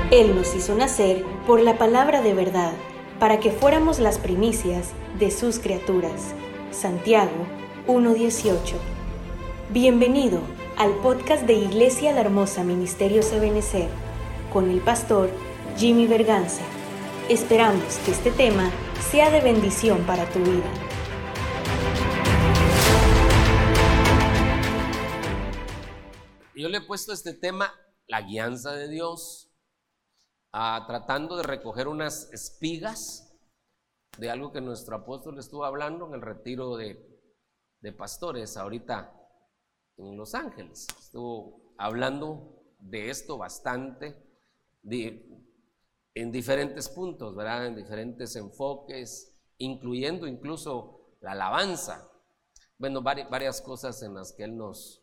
Él nos hizo nacer por la palabra de verdad, para que fuéramos las primicias de sus criaturas. Santiago 1:18. Bienvenido al podcast de Iglesia La Hermosa Ministerios Ebenecer, con el pastor Jimmy Berganza. Esperamos que este tema sea de bendición para tu vida. Yo le he puesto este tema, la guianza de Dios, tratando de recoger unas espigas de algo que nuestro apóstol estuvo hablando en el retiro de pastores ahorita en Los Ángeles. Estuvo hablando de esto bastante, en diferentes puntos, ¿verdad? En diferentes enfoques, incluyendo incluso la alabanza. Bueno, varias cosas en las que él nos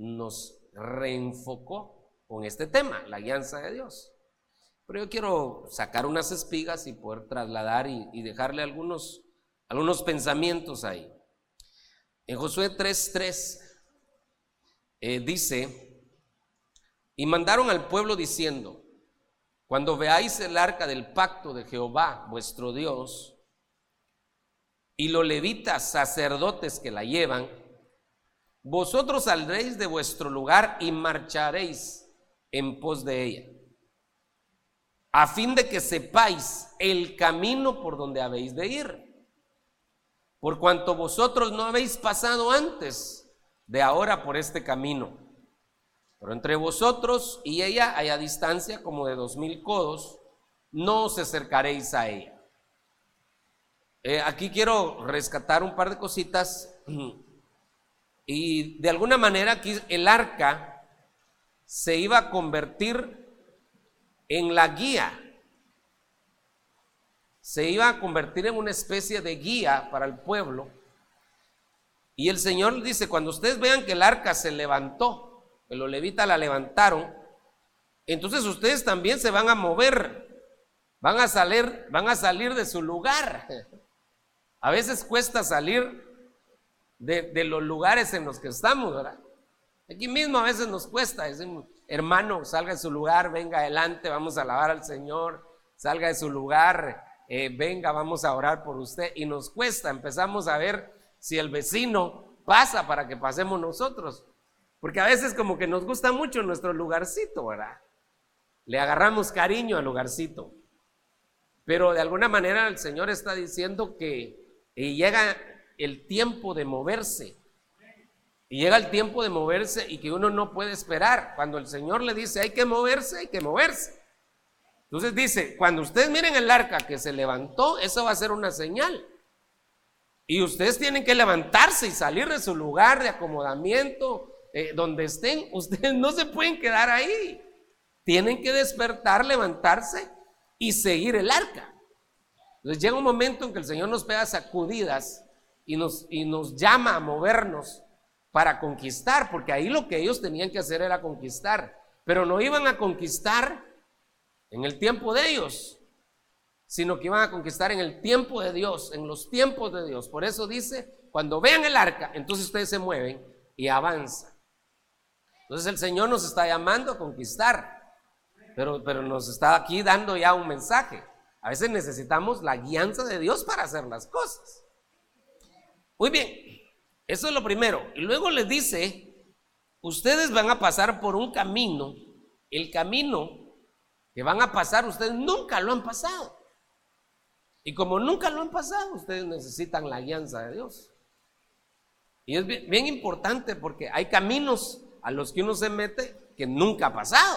reenfocó con este tema, la guianza de Dios. Pero yo quiero sacar unas espigas y poder trasladar y dejarle algunos pensamientos ahí. En Josué 3:3 dice: y mandaron al pueblo diciendo: cuando veáis el arca del pacto de Jehová vuestro Dios y los levitas sacerdotes que la llevan, vosotros saldréis de vuestro lugar y marcharéis en pos de ella, a fin de que sepáis el camino por donde habéis de ir, por cuanto vosotros no habéis pasado antes de ahora por este camino. Pero entre vosotros y ella hay a distancia como de 2000 codos, no os acercaréis a ella. Aquí quiero rescatar un par de cositas, y de alguna manera aquí el arca se iba a convertir en la guía, se iba a convertir en una especie de guía para el pueblo. Y el Señor dice: cuando ustedes vean que el arca se levantó, que los levitas la levantaron, entonces ustedes también se van a mover, van a salir de su lugar. A veces cuesta salir de los lugares en los que estamos, ¿verdad? Aquí mismo a veces nos cuesta, decimos: hermano, salga de su lugar, venga adelante, vamos a alabar al Señor. Salga de su lugar, venga, vamos a orar por usted. Y nos cuesta, empezamos a ver si el vecino pasa para que pasemos nosotros, porque a veces como que nos gusta mucho nuestro lugarcito, ¿verdad? Le agarramos cariño al lugarcito, pero de alguna manera el Señor está diciendo que llega el tiempo de moverse. Y llega el tiempo de moverse y que uno no puede esperar. Cuando el Señor le dice hay que moverse, hay que moverse. Entonces dice: cuando ustedes miren el arca que se levantó, eso va a ser una señal. Y ustedes tienen que levantarse y salir de su lugar de acomodamiento, donde estén. Ustedes no se pueden quedar ahí. Tienen que despertar, levantarse y seguir el arca. Entonces llega un momento en que el Señor nos pega sacudidas y nos llama a movernos para conquistar, porque ahí lo que ellos tenían que hacer era conquistar, pero no iban a conquistar en el tiempo de ellos, sino que iban a conquistar en el tiempo de Dios, en los tiempos de Dios. Por eso dice: cuando vean el arca, entonces ustedes se mueven y avanzan. Entonces el Señor nos está llamando a conquistar, pero nos está aquí dando ya un mensaje. A veces necesitamos la guianza de Dios para hacer las cosas. Muy bien, eso es lo primero. Y luego les dice: ustedes van a pasar por un camino. El camino que van a pasar, ustedes nunca lo han pasado. Y como nunca lo han pasado, ustedes necesitan la guianza de Dios. Y es bien importante, porque hay caminos a los que uno se mete que nunca ha pasado.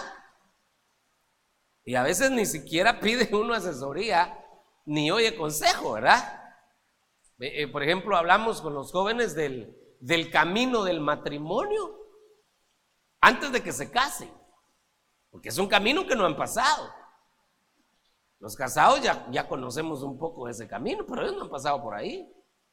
Y a veces ni siquiera pide uno asesoría, ni oye consejo, ¿verdad? Por ejemplo, hablamos con los jóvenes del camino del matrimonio antes de que se casen, porque es un camino que no han pasado. Los casados ya conocemos un poco de ese camino, pero ellos no han pasado por ahí.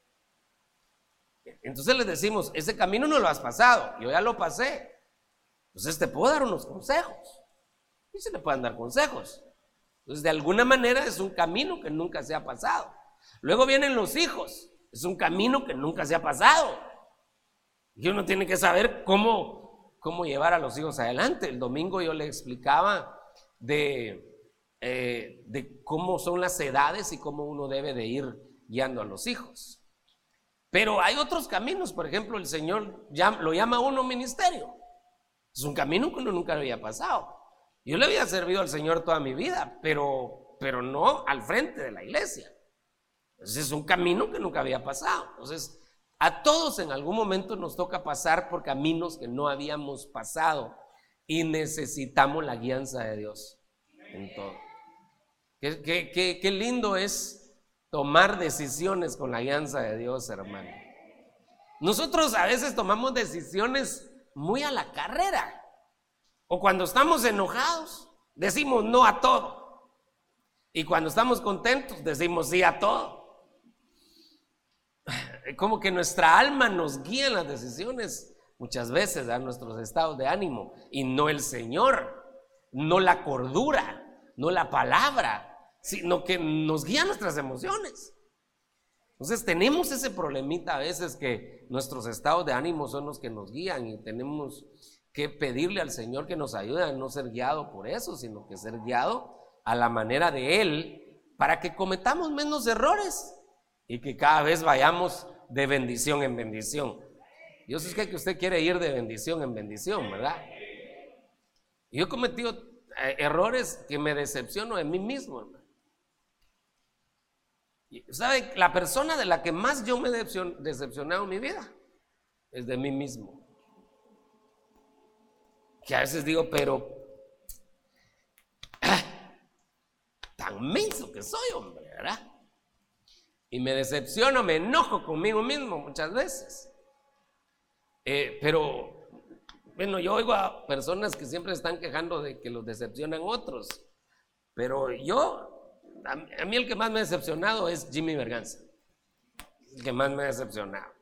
Entonces les decimos: ese camino no lo has pasado, yo ya lo pasé, entonces te puedo dar unos consejos. Y se le pueden dar consejos. Entonces de alguna manera es un camino que nunca se ha pasado. Luego vienen los hijos, es un camino que nunca se ha pasado, y uno tiene que saber cómo llevar a los hijos adelante. El domingo yo le explicaba de de cómo son las edades y cómo uno debe de ir guiando a los hijos. Pero hay otros caminos. Por ejemplo, el Señor lo llama a uno ministerio. Es un camino que uno nunca había pasado. Yo le había servido al Señor toda mi vida, pero no al frente de la iglesia. Entonces es un camino que nunca había pasado. Entonces a todos en algún momento nos toca pasar por caminos que no habíamos pasado y necesitamos la guianza de Dios en todo. Qué lindo es tomar decisiones con la guianza de Dios, hermano. Nosotros a veces tomamos decisiones muy a la carrera, o cuando estamos enojados decimos no a todo, y cuando estamos contentos decimos sí a todo. Como que nuestra alma nos guía en las decisiones muchas veces, a nuestros estados de ánimo, y no el Señor, no la cordura, no la palabra, sino que nos guían nuestras emociones. Entonces tenemos ese problemita a veces, que nuestros estados de ánimo son los que nos guían, y tenemos que pedirle al Señor que nos ayude a no ser guiado por eso, sino que ser guiado a la manera de Él, para que cometamos menos errores y que cada vez vayamos de bendición en bendición. Yo sé que usted quiere ir de bendición en bendición, ¿verdad? Yo he cometido errores que me decepciono de mí mismo, hermano. ¿Sabe? La persona de la que más yo me he decepcionado en mi vida es de mí mismo. Que a veces digo, pero tan menso que soy, hombre, ¿verdad? Y me decepciono, me enojo conmigo mismo muchas veces. Pero bueno, yo oigo a personas que siempre están quejando de que los decepcionan otros, pero a mí el que más me ha decepcionado es Jimmy Berganza. El que más me ha decepcionado.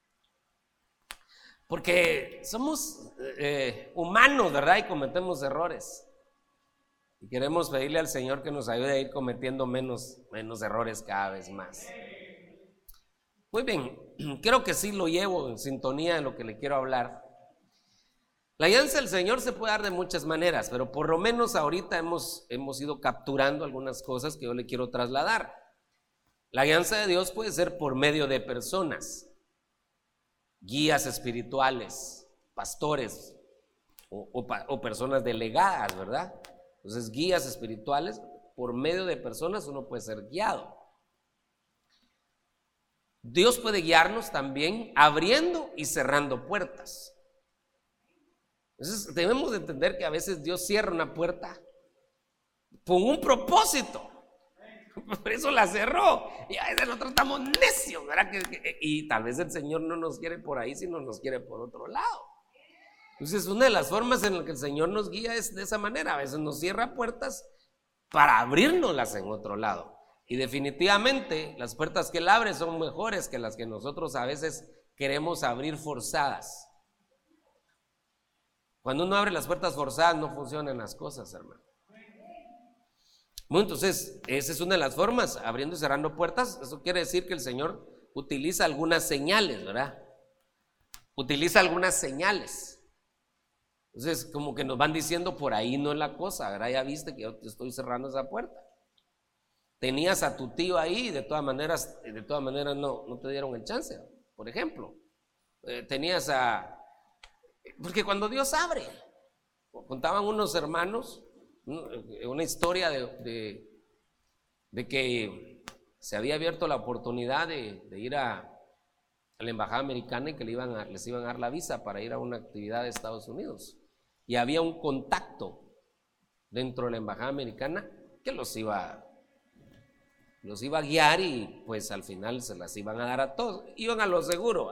Porque somos humanos, ¿verdad? Y cometemos errores. Y queremos pedirle al Señor que nos ayude a ir cometiendo menos errores cada vez más. Muy bien, creo que sí lo llevo en sintonía de lo que le quiero hablar. La guianza del Señor se puede dar de muchas maneras, pero por lo menos ahorita hemos ido capturando algunas cosas que yo le quiero trasladar. La guianza de Dios puede ser por medio de personas, guías espirituales, pastores o personas delegadas, ¿verdad? Entonces, guías espirituales, por medio de personas uno puede ser guiado. Dios puede guiarnos también abriendo y cerrando puertas. Entonces debemos de entender que a veces Dios cierra una puerta con un propósito, por eso la cerró, y a veces nosotros estamos necios, ¿verdad? Y tal vez el Señor no nos quiere por ahí, sino nos quiere por otro lado. Entonces una de las formas en la que el Señor nos guía es de esa manera. A veces nos cierra puertas para abrirnoslas en otro lado, y definitivamente las puertas que Él abre son mejores que las que nosotros a veces queremos abrir forzadas. Cuando uno abre las puertas forzadas no funcionan las cosas, hermano. Bueno, entonces esa es una de las formas, abriendo y cerrando puertas. Eso quiere decir que el Señor utiliza algunas señales, ¿verdad? Utiliza algunas señales. Entonces como que nos van diciendo, por ahí no es la cosa, ¿verdad? Ya viste que yo te estoy cerrando esa puerta. Tenías a tu tío ahí y de todas maneras no te dieron el chance, por ejemplo. Porque cuando Dios abre, contaban unos hermanos una historia de que se había abierto la oportunidad de ir a la embajada americana y que les iban a dar la visa para ir a una actividad de Estados Unidos. Y había un contacto dentro de la embajada americana que los iba a guiar, y pues al final se las iban a dar a todos. Iban a lo seguro.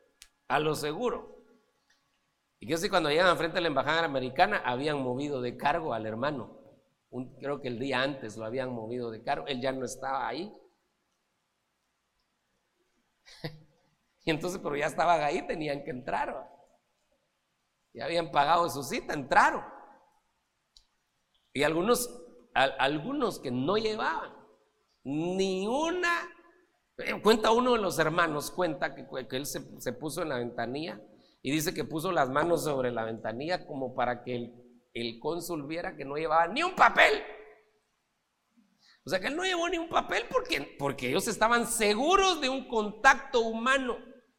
Y que si cuando llegan frente a la embajada americana habían movido de cargo al hermano. Creo que el día antes lo habían movido de cargo, él ya no estaba ahí. Y entonces, pero ya estaban ahí, tenían que entrar. Ya habían pagado su cita, entraron. Y algunos que no llevaban ni una. Cuenta uno de los hermanos, cuenta que él se puso en la ventanilla. Y dice que puso las manos sobre la ventanilla como para que el cónsul viera que no llevaba ni un papel. O sea que él no llevó ni un papel porque ellos estaban seguros de un contacto humano.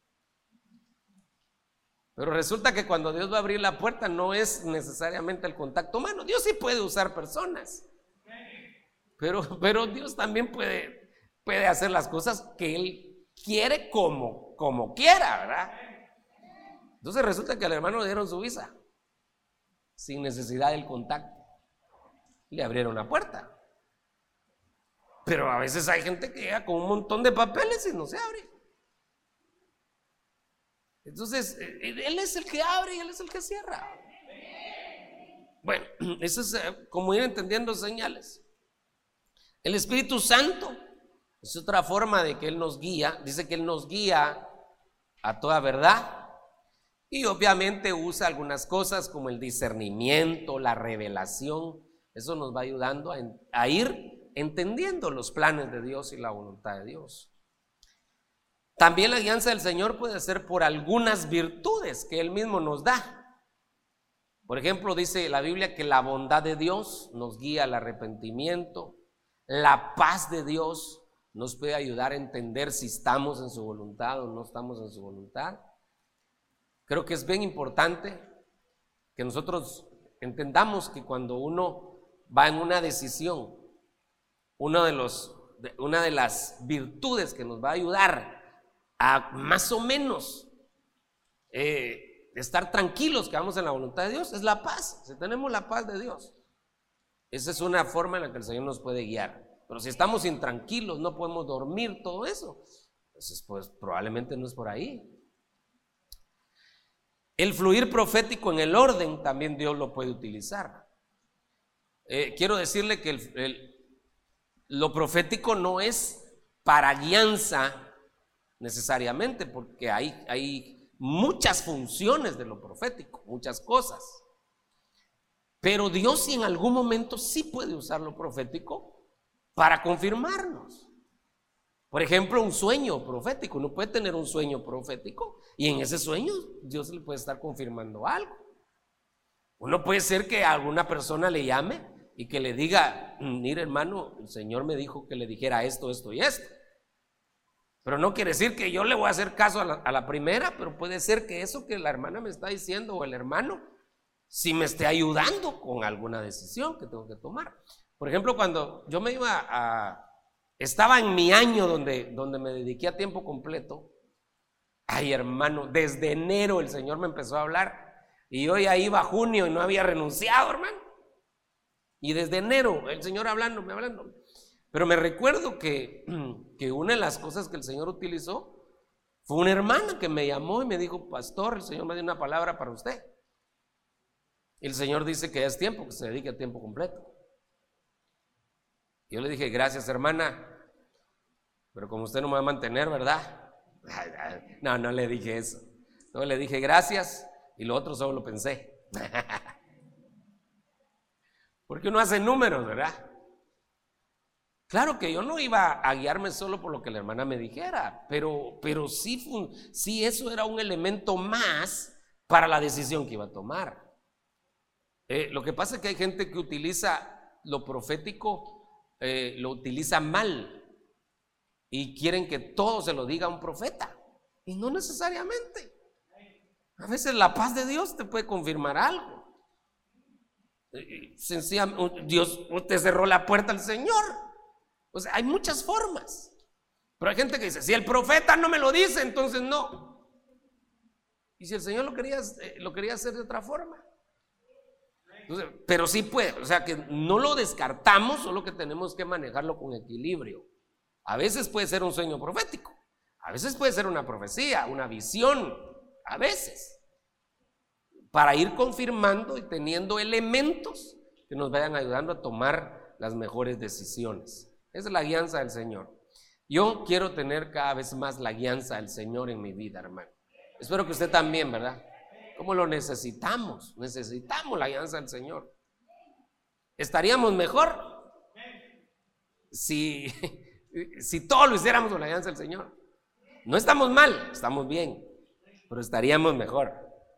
Pero resulta que cuando Dios va a abrir la puerta no es necesariamente el contacto humano. Dios sí puede usar personas, pero Dios también puede hacer las cosas que Él quiere como quiera, ¿verdad? Entonces resulta que al hermano le dieron su visa sin necesidad del contacto. Le abrieron la puerta. Pero a veces hay gente que llega con un montón de papeles y no se abre. Entonces, Él es el que abre y Él es el que cierra. Bueno, eso es como ir entendiendo señales. El Espíritu Santo es otra forma de que Él nos guía. Dice que Él nos guía a toda verdad. Y obviamente usa algunas cosas como el discernimiento, la revelación. Eso nos va ayudando a ir entendiendo los planes de Dios y la voluntad de Dios. También la guianza del Señor puede ser por algunas virtudes que Él mismo nos da. Por ejemplo, dice la Biblia que la bondad de Dios nos guía al arrepentimiento. La paz de Dios nos puede ayudar a entender si estamos en su voluntad o no estamos en su voluntad. Creo que es bien importante que nosotros entendamos que cuando uno va en una decisión, una de las virtudes que nos va a ayudar a más o menos estar tranquilos que vamos en la voluntad de Dios es la paz. Si tenemos la paz de Dios, esa es una forma en la que el Señor nos puede guiar. Pero si estamos intranquilos, no podemos dormir, todo eso, entonces pues probablemente no es por ahí. El fluir profético en el orden también Dios lo puede utilizar. Quiero decirle que lo profético no es para guianza necesariamente, porque hay muchas funciones de lo profético, muchas cosas. Pero Dios en algún momento sí puede usar lo profético para confirmarnos. Por ejemplo, un sueño profético. Uno puede tener un sueño profético y en ese sueño Dios le puede estar confirmando algo. Uno puede ser que a alguna persona le llame y que le diga: mire, hermano, el Señor me dijo que le dijera esto, esto y esto. Pero no quiere decir que yo le voy a hacer caso a la primera, pero puede ser que eso que la hermana me está diciendo o el hermano sí me esté ayudando con alguna decisión que tengo que tomar. Por ejemplo, cuando yo me estaba en mi año donde me dediqué a tiempo completo. Ay, hermano, desde enero el Señor me empezó a hablar y hoy ya iba junio y no había renunciado, hermano. Y desde enero el Señor hablándome. Pero me recuerdo que una de las cosas que el Señor utilizó fue una hermana que me llamó y me dijo: pastor, el Señor me dio una palabra para usted. El Señor dice que es tiempo que se dedique a tiempo completo. Yo le dije: gracias, hermana, pero como usted no me va a mantener, ¿verdad? No le dije eso. No, le dije gracias y lo otro solo lo pensé. Porque uno hace números, ¿verdad? Claro que yo no iba a guiarme solo por lo que la hermana me dijera, pero sí eso era un elemento más para la decisión que iba a tomar. Lo que pasa es que hay gente que utiliza lo profético, lo utiliza mal y quieren que todo se lo diga un profeta, y no necesariamente. A veces la paz de Dios te puede confirmar algo. Sencillamente Dios te cerró la puerta al Señor. O sea, hay muchas formas. Pero hay gente que dice: si el profeta no me lo dice, entonces no. Y si el Señor lo quería hacer de otra forma. Entonces, pero sí puede. O sea que no lo descartamos, solo que tenemos que manejarlo con equilibrio. A veces puede ser un sueño profético, a veces puede ser una profecía, una visión, a veces, para ir confirmando y teniendo elementos que nos vayan ayudando a tomar las mejores decisiones. Esa es la guianza del Señor. Yo quiero tener cada vez más la guianza del Señor en mi vida, hermano. Espero que usted también, ¿verdad? ¿Cómo lo necesitamos? Necesitamos la guianza del Señor. ¿Estaríamos mejor si todo lo hiciéramos con la guianza del Señor? No estamos mal, estamos bien, pero estaríamos mejor.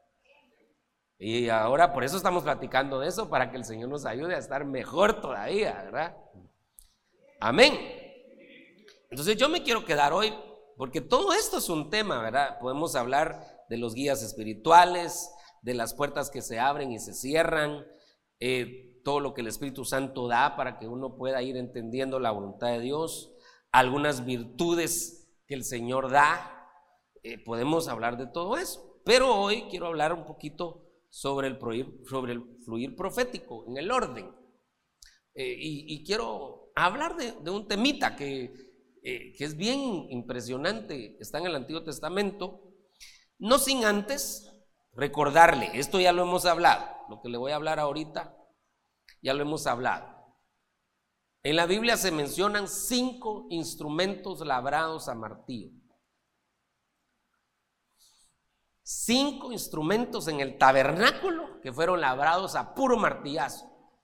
Y ahora por eso estamos platicando de eso, para que el Señor nos ayude a estar mejor todavía, ¿verdad? Amén. Entonces yo me quiero quedar hoy, porque todo esto es un tema, ¿verdad? Podemos hablar de los guías espirituales, de las puertas que se abren y se cierran, todo lo que el Espíritu Santo da para que uno pueda ir entendiendo la voluntad de Dios, algunas virtudes que el Señor da, podemos hablar de todo eso. Pero hoy quiero hablar un poquito sobre el fluir profético en el orden. Y quiero hablar de un temita que es bien impresionante, está en el Antiguo Testamento, no sin antes recordarle, esto ya lo hemos hablado, lo que le voy a hablar ahorita, ya lo hemos hablado. En la Biblia se mencionan 5 instrumentos labrados a martillo. 5 instrumentos en el tabernáculo que fueron labrados a puro martillazo.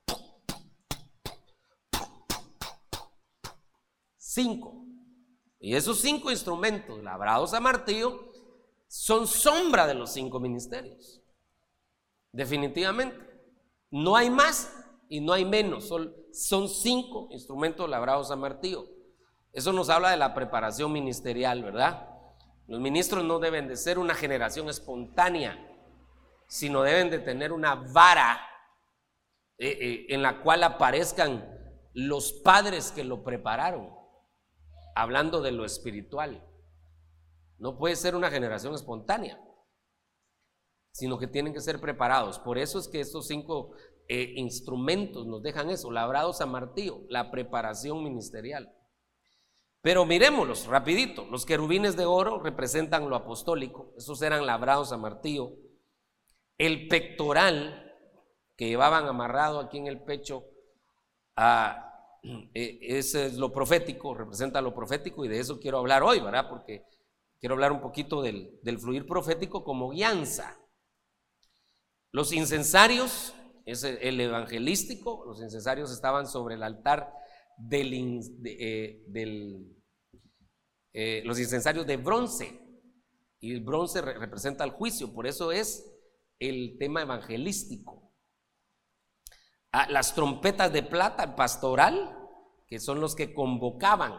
5. Y esos 5 instrumentos labrados a martillo son sombra de los 5 ministerios. Definitivamente. No hay más y no hay menos. Son 5 instrumentos labrados a martillo. Eso nos habla de la preparación ministerial, ¿verdad? Los ministros no deben de ser una generación espontánea, sino deben de tener una vara en la cual aparezcan los padres que lo prepararon, hablando de lo espiritual. No puede ser una generación espontánea, sino que tienen que ser preparados. Por eso es que estos 5 instrumentos nos dejan eso, labrados a martillo, la preparación ministerial. Pero miremoslos rapidito. Los querubines de oro representan lo apostólico, esos eran labrados a martillo. El pectoral que llevaban amarrado aquí en el pecho, ese es lo profético, representa lo profético, y de eso quiero hablar hoy, ¿verdad? Porque quiero hablar un poquito del fluir profético como guianza. Los incensarios, es el evangelístico, los incensarios estaban sobre el altar los incensarios de bronce, y el bronce representa el juicio, por eso es el tema evangelístico. Las trompetas de plata, el pastoral, que son los que convocaban,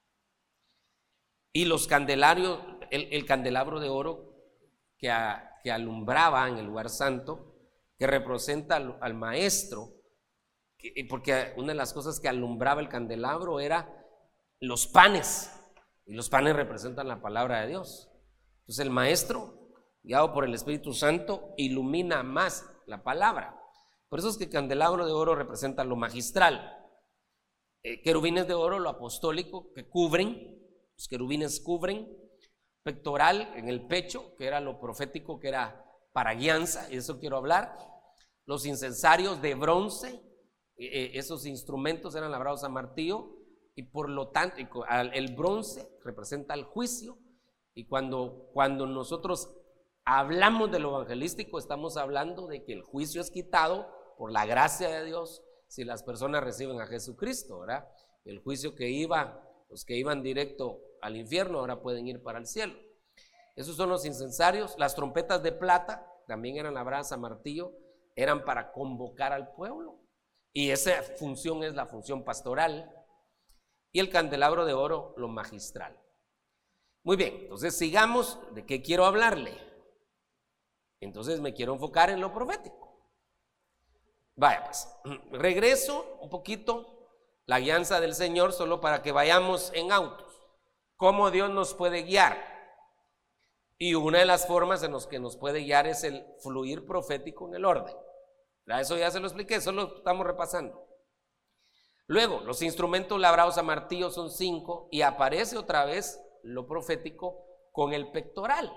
y los candelarios, el candelabro de oro que alumbraba en el lugar santo, que representa al maestro, porque una de las cosas que alumbraba el candelabro era los panes, y los panes representan la palabra de Dios. Entonces el maestro, guiado por el Espíritu Santo, ilumina más la palabra. Por eso es que el candelabro de oro representa lo magistral. Querubines de oro, lo apostólico, que cubren, los querubines cubren. Pectoral en el pecho, que era lo profético, que era para guianza, y de eso quiero hablar. Los incensarios de bronce, esos instrumentos eran labrados a martillo, y por lo tanto el bronce representa el juicio. Y cuando nosotros hablamos de lo evangelístico, estamos hablando de que el juicio es quitado por la gracia de Dios si las personas reciben a Jesucristo, ¿verdad? El juicio los que iban directo al infierno ahora pueden ir para el cielo. Esos son los incensarios. Las trompetas de plata también eran labradas a martillo, eran para convocar al pueblo, y esa función es la función pastoral. Y el candelabro de oro, lo magistral. Muy bien, entonces sigamos. ¿De qué quiero hablarle? Entonces me quiero enfocar en lo profético. Vaya, pues, regreso un poquito la guianza del Señor, solo para que vayamos en autos. ¿Cómo Dios nos puede guiar? Y una de las formas en las que nos puede guiar es el fluir profético en el orden. Eso ya se lo expliqué, solo estamos repasando. Luego, los instrumentos labrados a martillo son 5, y aparece otra vez lo profético con el pectoral.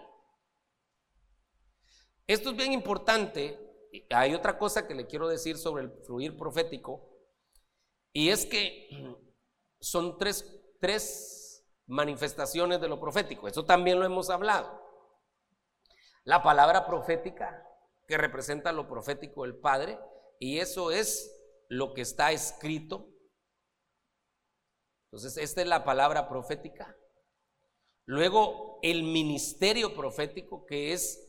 Esto es bien importante. Hay otra cosa que le quiero decir sobre el fluir profético, y es que son tres manifestaciones de lo profético. Eso también lo hemos hablado. La palabra profética, que representa lo profético del Padre, y eso es lo que está escrito. Entonces, esta es la palabra profética. Luego, el ministerio profético, que es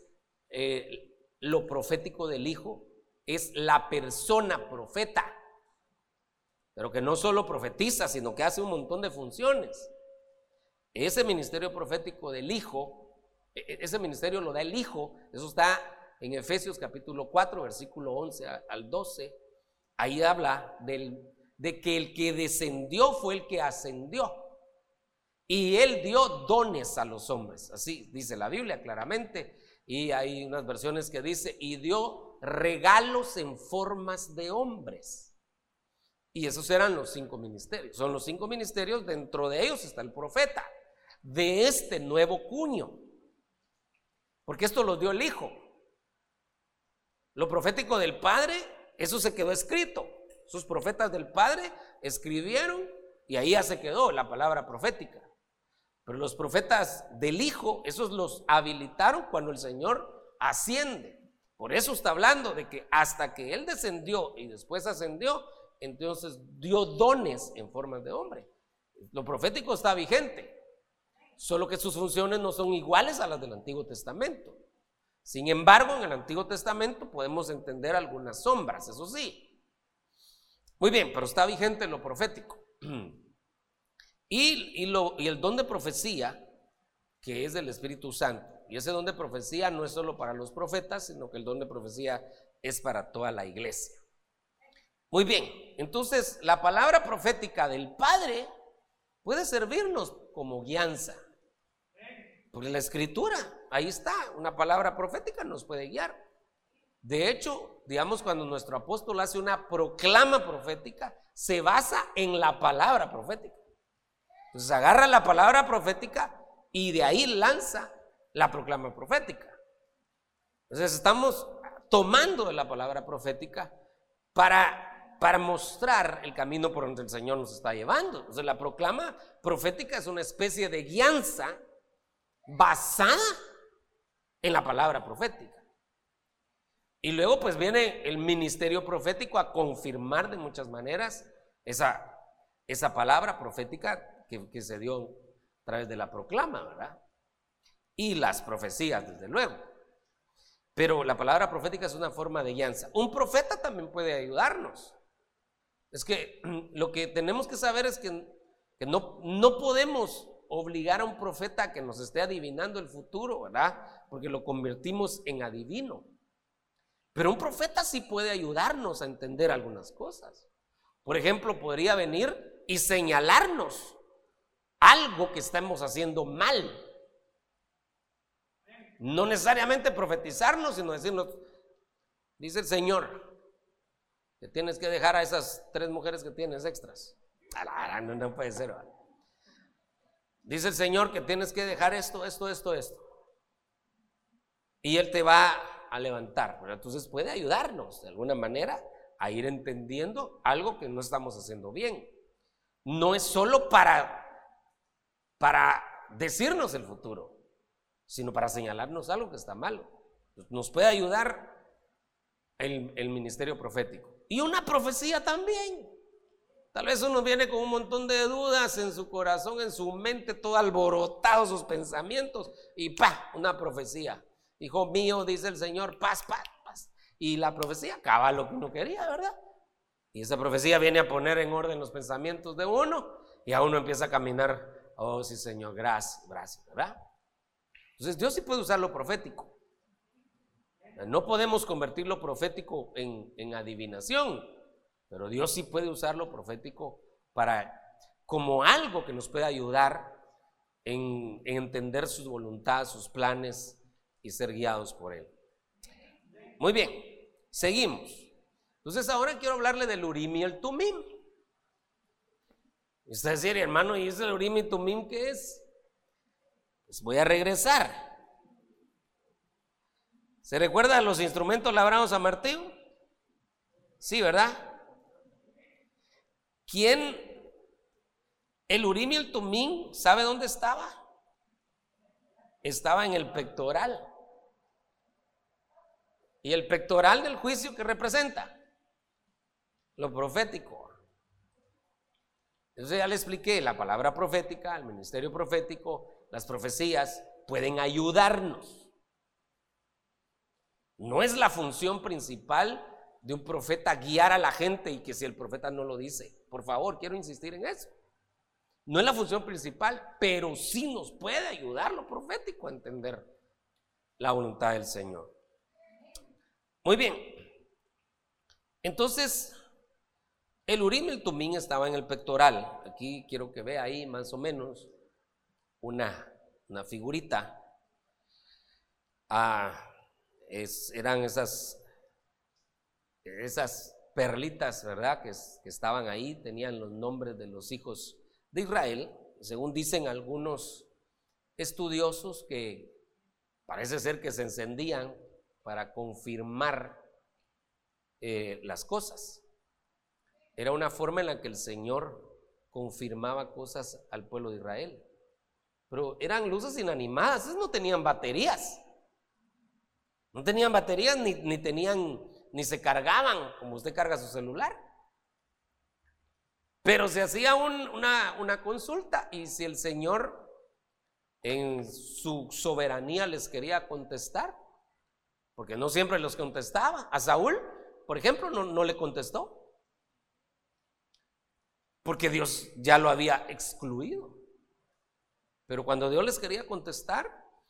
lo profético del Hijo, es la persona profeta. pero que no solo profetiza, sino que hace un montón de funciones. Ese ministerio profético del Hijo, ese ministerio lo da el Hijo. Eso está en Efesios capítulo 4, versículo 11 al 12. Ahí habla de que el que descendió fue el que ascendió, y Él dio dones a los hombres. Así dice la Biblia claramente. Y hay unas versiones que dice, y dio regalos en formas de hombres. Y esos eran los 5 ministerios. Son los 5 ministerios, dentro de ellos está el profeta, de este nuevo cuño, porque esto lo dio el Hijo. Lo profético del Padre, eso se quedó escrito. Sus profetas del Padre escribieron y ahí ya se quedó la palabra profética. Pero los profetas del Hijo, esos los habilitaron cuando el Señor asciende. Por eso está hablando de que hasta que Él descendió y después ascendió, entonces dio dones en formas de hombre. Lo profético está vigente, solo que sus funciones no son iguales a las del Antiguo Testamento. Sin embargo, en el Antiguo Testamento podemos entender algunas sombras, eso sí. Muy bien, pero está vigente lo profético. Y el don de profecía, que es del Espíritu Santo. Y ese don de profecía no es solo para los profetas, sino que el don de profecía es para toda la iglesia. Muy bien, entonces la palabra profética del Padre puede servirnos como guianza. Porque la Escritura, ahí está, una palabra profética nos puede guiar. De hecho, digamos, cuando nuestro apóstol hace una proclama profética, se basa en la palabra profética. Entonces agarra la palabra profética y de ahí lanza la proclama profética. Entonces estamos tomando de la palabra profética para mostrar el camino por donde el Señor nos está llevando. Entonces la proclama profética es una especie de guianza basada en la palabra profética. Y luego pues viene el ministerio profético a confirmar de muchas maneras esa palabra profética que se dio a través de la proclama, ¿verdad? Y las profecías, desde luego. Pero la palabra profética es una forma de guianza. Un profeta también puede ayudarnos. Es que lo que tenemos que saber es que no podemos obligar a un profeta a que nos esté adivinando el futuro, ¿verdad? Porque lo convertimos en adivino. Pero un profeta sí puede ayudarnos a entender algunas cosas. Por ejemplo, podría venir y señalarnos algo que estamos haciendo mal. No necesariamente profetizarnos, sino decirnos, dice el Señor, que tienes que dejar a esas 3 mujeres que tienes extras. No puede ser, ¿vale? Dice el Señor que tienes que dejar esto. Y Él te va a levantar. Pero entonces puede ayudarnos de alguna manera a ir entendiendo algo que no estamos haciendo bien. No es solo para decirnos el futuro, sino para señalarnos algo que está malo. Nos puede ayudar el ministerio profético. Y una profecía también. Tal vez uno viene con un montón de dudas en su corazón, en su mente, todo alborotado sus pensamientos, y una profecía. Hijo mío, dice el Señor, paz. Y la profecía acaba lo que uno quería, ¿verdad? Y esa profecía viene a poner en orden los pensamientos de uno, y a uno empieza a caminar. Oh, sí, Señor, gracias, ¿verdad? Entonces Dios sí puede usar lo profético. No podemos convertir lo profético en adivinación, pero Dios sí puede usar lo profético como algo que nos puede ayudar en entender su voluntad, sus planes y ser guiados por Él. Muy bien, seguimos. Entonces ahora quiero hablarle del Urim y el Tumim. Y usted decir, hermano, ¿y ese Urim y Tumim qué es? Pues voy a regresar. ¿Se recuerda los instrumentos labrados a martillo? Sí, ¿verdad? El Urim y el Tumim, ¿sabe dónde estaba? Estaba en el pectoral. ¿Y el pectoral del juicio qué representa? Lo profético. Entonces ya le expliqué, la palabra profética, el ministerio profético, las profecías pueden ayudarnos. No es la función principal de un profeta guiar a la gente y que si el profeta no lo dice. Por favor, quiero insistir en eso. No es la función principal, pero sí nos puede ayudar lo profético a entender la voluntad del Señor. Muy bien. Entonces, el Urim y el Tumim estaba en el pectoral. Aquí quiero que vea ahí más o menos una figurita. Eran esas perlitas, ¿verdad? Que estaban ahí, tenían los nombres de los hijos de Israel, según dicen algunos estudiosos, que parece ser que se encendían para confirmar las cosas. Era una forma en la que el Señor confirmaba cosas al pueblo de Israel. Pero eran luces inanimadas, esas no tenían baterías. No tenían baterías ni se cargaban como usted carga su celular. Pero se hacía una consulta, y si el Señor en su soberanía les quería contestar, porque no siempre los contestaba. A Saúl, por ejemplo, no le contestó, porque Dios ya lo había excluido. Pero cuando Dios les quería contestar,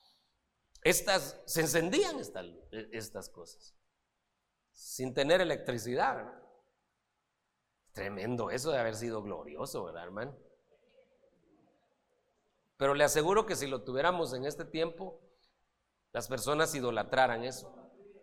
se encendían estas cosas sin tener electricidad, ¿verdad? Tremendo eso de haber sido glorioso, ¿verdad, hermano? Pero le aseguro que si lo tuviéramos en este tiempo, las personas idolatraran eso.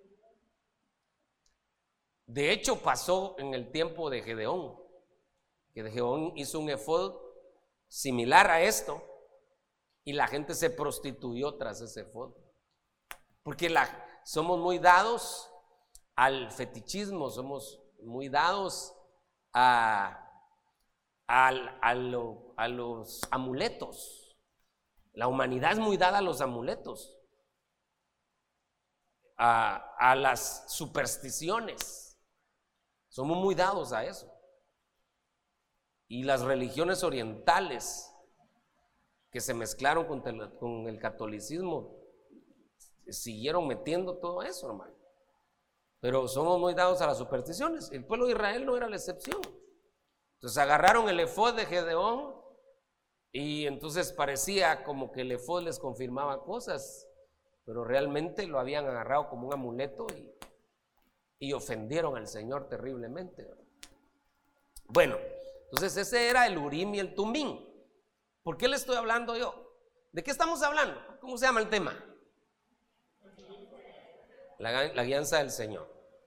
De hecho, pasó en el tiempo de Gedeón, que Gedeón hizo un efod similar a esto, y la gente se prostituyó tras ese efod, porque somos muy dados al fetichismo, somos muy dados a los amuletos. La humanidad es muy dada a los amuletos, a las supersticiones. Somos muy dados a eso. Y las religiones orientales que se mezclaron con el catolicismo siguieron metiendo todo eso, hermano. Pero somos muy dados a las supersticiones. El pueblo de Israel no era la excepción. Entonces agarraron el efod de Gedeón, y entonces parecía como que el efod les confirmaba cosas, pero realmente lo habían agarrado como un amuleto y ofendieron al Señor terriblemente. Bueno, entonces ese era el Urim y el Tumim. ¿Por qué le estoy hablando yo? ¿De qué estamos hablando? ¿Cómo se llama el tema? La guianza del Señor.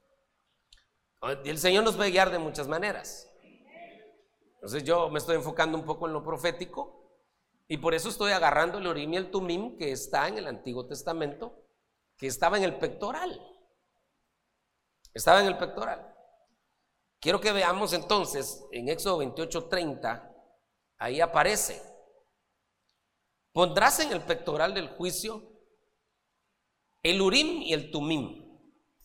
El Señor nos puede guiar de muchas maneras. Entonces yo me estoy enfocando un poco en lo profético, y por eso estoy agarrando el Urim y el Tumim que está en el Antiguo Testamento, que estaba en el pectoral. Estaba en el pectoral. Quiero que veamos entonces en Éxodo 28:30, ahí aparece: pondrás en el pectoral del juicio el Urim y el Tumim,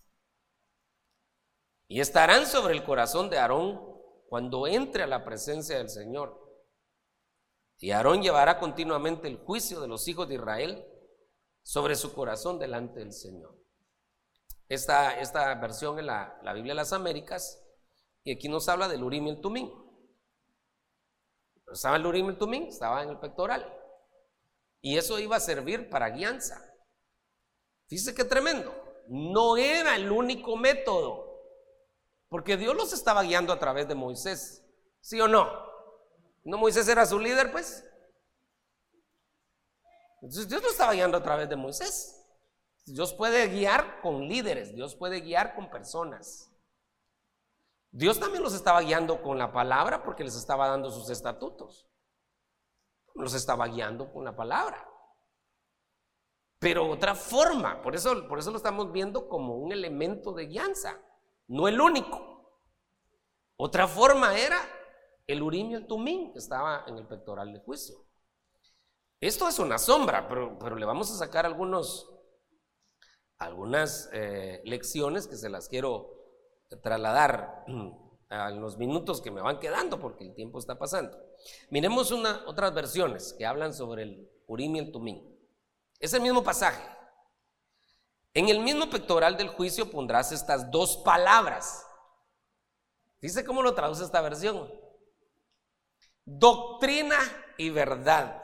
y estarán sobre el corazón de Aarón cuando entre a la presencia del Señor. Y Aarón llevará continuamente el juicio de los hijos de Israel sobre su corazón delante del Señor. Esta versión en la Biblia de las Américas, y aquí nos habla del Urim y el Tumim. Estaba el Urim y el Tumim, estaba en el pectoral, y eso iba a servir para guianza. Fíjese qué tremendo. No era el único método, porque Dios los estaba guiando a través de Moisés, ¿sí o no? ¿No Moisés era su líder, pues? Entonces Dios lo estaba guiando a través de Moisés. Dios puede guiar con líderes, Dios puede guiar con personas. Dios también los estaba guiando con la palabra, porque les estaba dando sus estatutos. Los estaba guiando con la palabra. Pero otra forma, por eso lo estamos viendo como un elemento de guianza, no el único. Otra forma era el Urim y el Tumim, que estaba en el pectoral de juicio. Esto es una sombra, pero le vamos a sacar algunas lecciones que se las quiero trasladar a los minutos que me van quedando, porque el tiempo está pasando. Miremos otras versiones que hablan sobre el Urim y el Tumim. Es el mismo pasaje. En el mismo pectoral del juicio pondrás estas dos palabras. Dice cómo lo traduce esta versión: doctrina y verdad.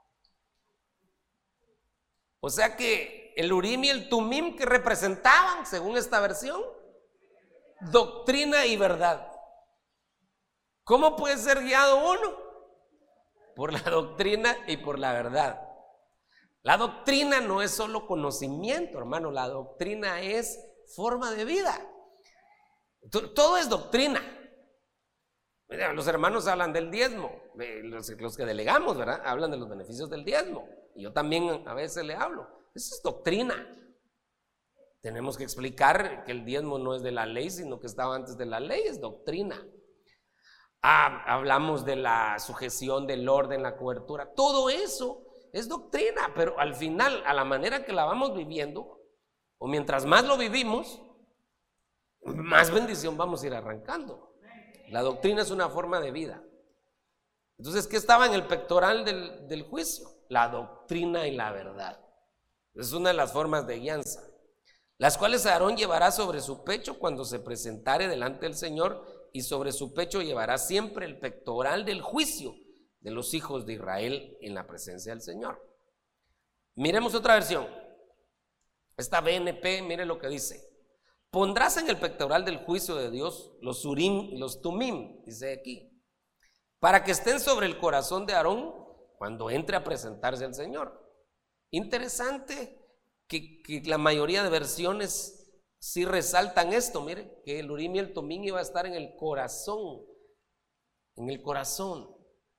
O sea que el Urim y el Tumim, que representaban, según esta versión, doctrina y verdad. ¿Cómo puede ser guiado uno? Por la doctrina y por la verdad. La doctrina no es solo conocimiento, hermano. La doctrina es forma de vida. Todo es doctrina. Mira, los hermanos hablan del diezmo, los que delegamos, ¿verdad? Hablan de los beneficios del diezmo. Y yo también a veces le hablo. Eso es doctrina. Tenemos que explicar que el diezmo no es de la ley, sino que estaba antes de la ley, es doctrina. Hablamos de la sujeción, del orden, la cobertura. Todo eso es doctrina, pero al final, a la manera que la vamos viviendo, o mientras más lo vivimos, más bendición vamos a ir arrancando. La doctrina es una forma de vida. Entonces, ¿qué estaba en el pectoral del juicio? La doctrina y la verdad. Es una de las formas de guianza, las cuales Aarón llevará sobre su pecho cuando se presentare delante del Señor, y sobre su pecho llevará siempre el pectoral del juicio de los hijos de Israel en la presencia del Señor. Miremos otra versión. Esta BNP, mire lo que dice: pondrás en el pectoral del juicio de Dios los Urim y los Tumim, dice aquí, para que estén sobre el corazón de Aarón cuando entre a presentarse al Señor. Interesante que la mayoría de versiones sí resaltan esto. Mire, que el Urim y el Tumim iba a estar en el corazón. En el corazón.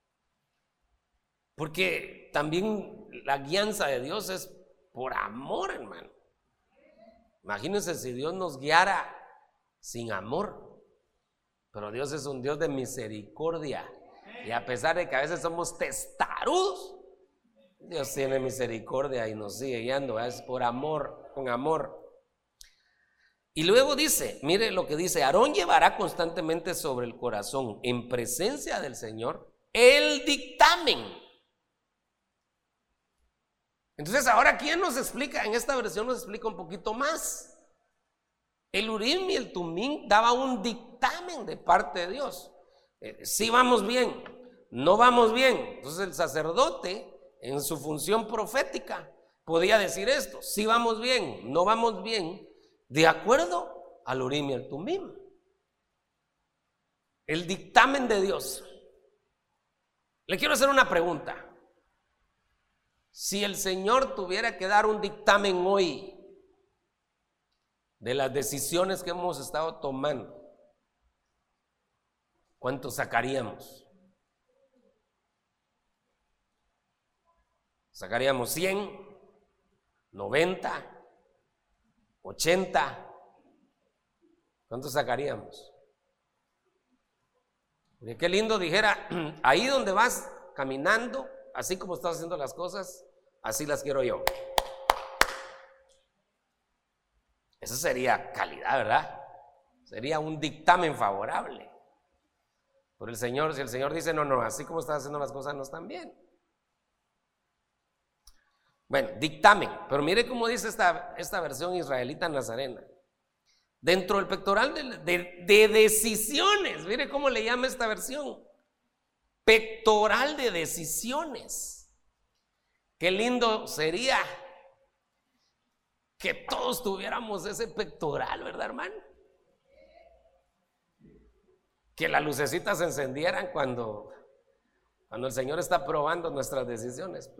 Porque también la guianza de Dios es por amor, hermano. Imagínense si Dios nos guiara sin amor. Pero Dios es un Dios de misericordia. Y a pesar de que a veces somos testarudos, Dios tiene misericordia y nos sigue guiando. Es por amor, con amor. Y luego dice, mire lo que dice: Aarón llevará constantemente sobre el corazón, en presencia del Señor, el dictamen. Entonces ahora, ¿quién nos explica? En esta versión nos explica un poquito más. El Urim y el Tumim daba un dictamen de parte de Dios. Si vamos bien, no vamos bien. Entonces el sacerdote, en su función profética, podía decir esto: si vamos bien, no vamos bien, de acuerdo al Urim y al Tumim. El dictamen de Dios. Le quiero hacer una pregunta. Si el Señor tuviera que dar un dictamen hoy de las decisiones que hemos estado tomando, ¿cuánto sacaríamos? ¿Sacaríamos 100, 90, 80? ¿Cuánto sacaríamos? Porque qué lindo dijera: ahí donde vas caminando, así como estás haciendo las cosas, así las quiero yo. Eso sería calidad, ¿verdad? Sería un dictamen favorable. Por el Señor, si el Señor dice: no, así como estás haciendo las cosas no están bien. Bueno, dictamen. Pero mire cómo dice esta versión israelita nazarena. Dentro del pectoral de decisiones. Mire cómo le llama esta versión: pectoral de decisiones. Qué lindo sería que todos tuviéramos ese pectoral, ¿verdad, hermano? Que las lucecitas se encendieran cuando el Señor está probando nuestras decisiones.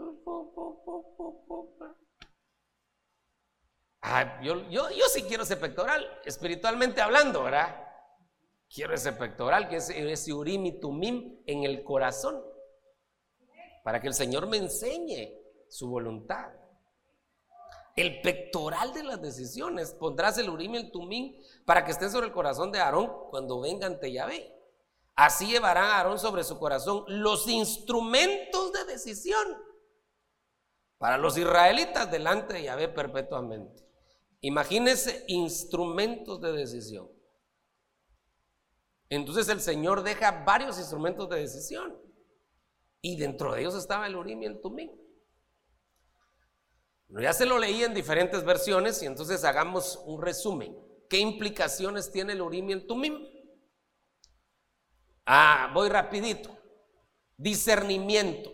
Yo sí quiero ese pectoral, espiritualmente hablando, ¿verdad? Quiero ese pectoral, que es ese Urim y Tumim en el corazón, para que el Señor me enseñe su voluntad. El pectoral de las decisiones: pondrás el Urim y el Tumim para que estén sobre el corazón de Aarón cuando venga ante Yahvé. Así llevará Aarón sobre su corazón los instrumentos de decisión para los israelitas delante de Yahvé perpetuamente. Imagínense, instrumentos de decisión. Entonces el Señor deja varios instrumentos de decisión, y dentro de ellos estaba el Urim y el Tumim. Ya se lo leí en diferentes versiones, y entonces hagamos un resumen. ¿Qué implicaciones tiene el Urim y el Tumim? Voy rapidito. Discernimiento.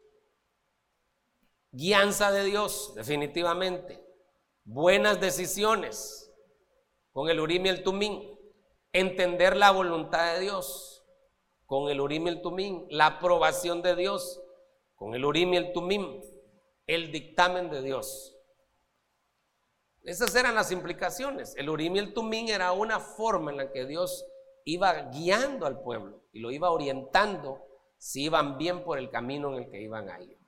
Guianza de Dios, definitivamente. Buenas decisiones con el Urim y el Tumim. Entender la voluntad de Dios con el Urim y el Tumim. La aprobación de Dios con el Urim y el Tumim. El dictamen de Dios. Esas eran las implicaciones. El Urim y el Tumim era una forma en la que Dios iba guiando al pueblo y lo iba orientando si iban bien por el camino en el que iban a ir.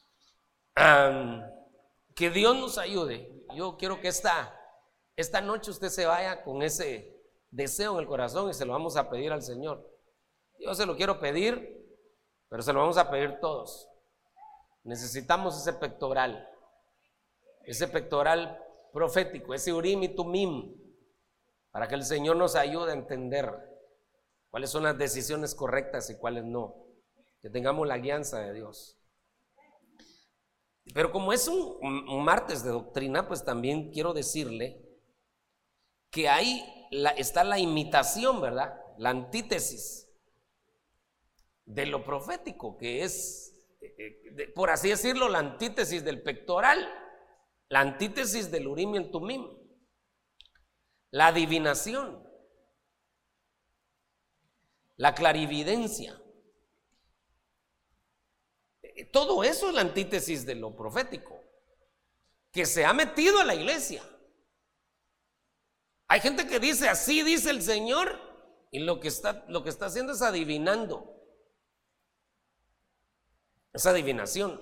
Que Dios nos ayude. Yo quiero que esta noche usted se vaya con ese deseo en el corazón y se lo vamos a pedir al Señor. Yo se lo quiero pedir, pero se lo vamos a pedir todos. Necesitamos ese pectoral profético, ese Urim y Tumim, para que el Señor nos ayude a entender cuáles son las decisiones correctas y cuáles no, que tengamos la guianza de Dios. Pero como es un martes de doctrina, pues también quiero decirle que ahí está la imitación, ¿verdad? La antítesis de lo profético, que es, por así decirlo, la antítesis del pectoral, la antítesis del Urim y el Tumim, la adivinación, la clarividencia. Todo eso es la antítesis de lo profético, que se ha metido a la iglesia. Hay gente que dice, así dice el Señor, y lo que está haciendo es adivinando. Es adivinación.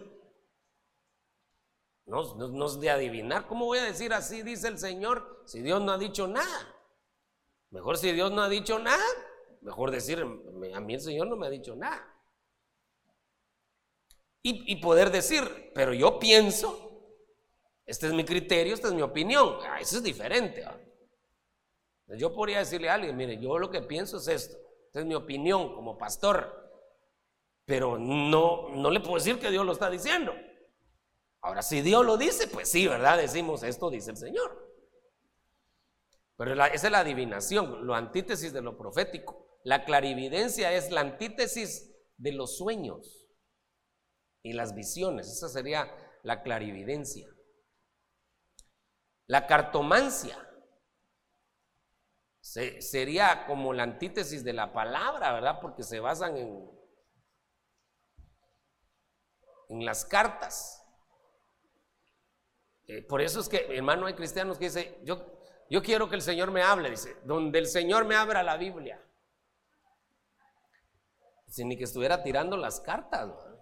No es de adivinar. ¿Cómo voy a decir así dice el Señor si Dios no ha dicho nada? Mejor, si Dios no ha dicho nada, mejor decir, a mí el Señor no me ha dicho nada. Y poder decir, pero yo pienso, este es mi criterio, esta es mi opinión. Eso es diferente. Yo podría decirle a alguien, mire, yo lo que pienso es esto, esta es mi opinión como pastor, pero no le puedo decir que Dios lo está diciendo. Ahora, si Dios lo dice, pues sí, ¿verdad? Decimos, esto dice el Señor. Pero esa es la adivinación, lo antítesis de lo profético. La clarividencia es la antítesis de los sueños y las visiones. Esa sería la clarividencia. La cartomancia sería como la antítesis de la palabra, ¿verdad? Porque se basan en las cartas. Por eso es que, hermano, hay cristianos que dicen, yo quiero que el Señor me hable, dice, donde el Señor me abra la Biblia. Sin ni que estuviera tirando las cartas, ¿no?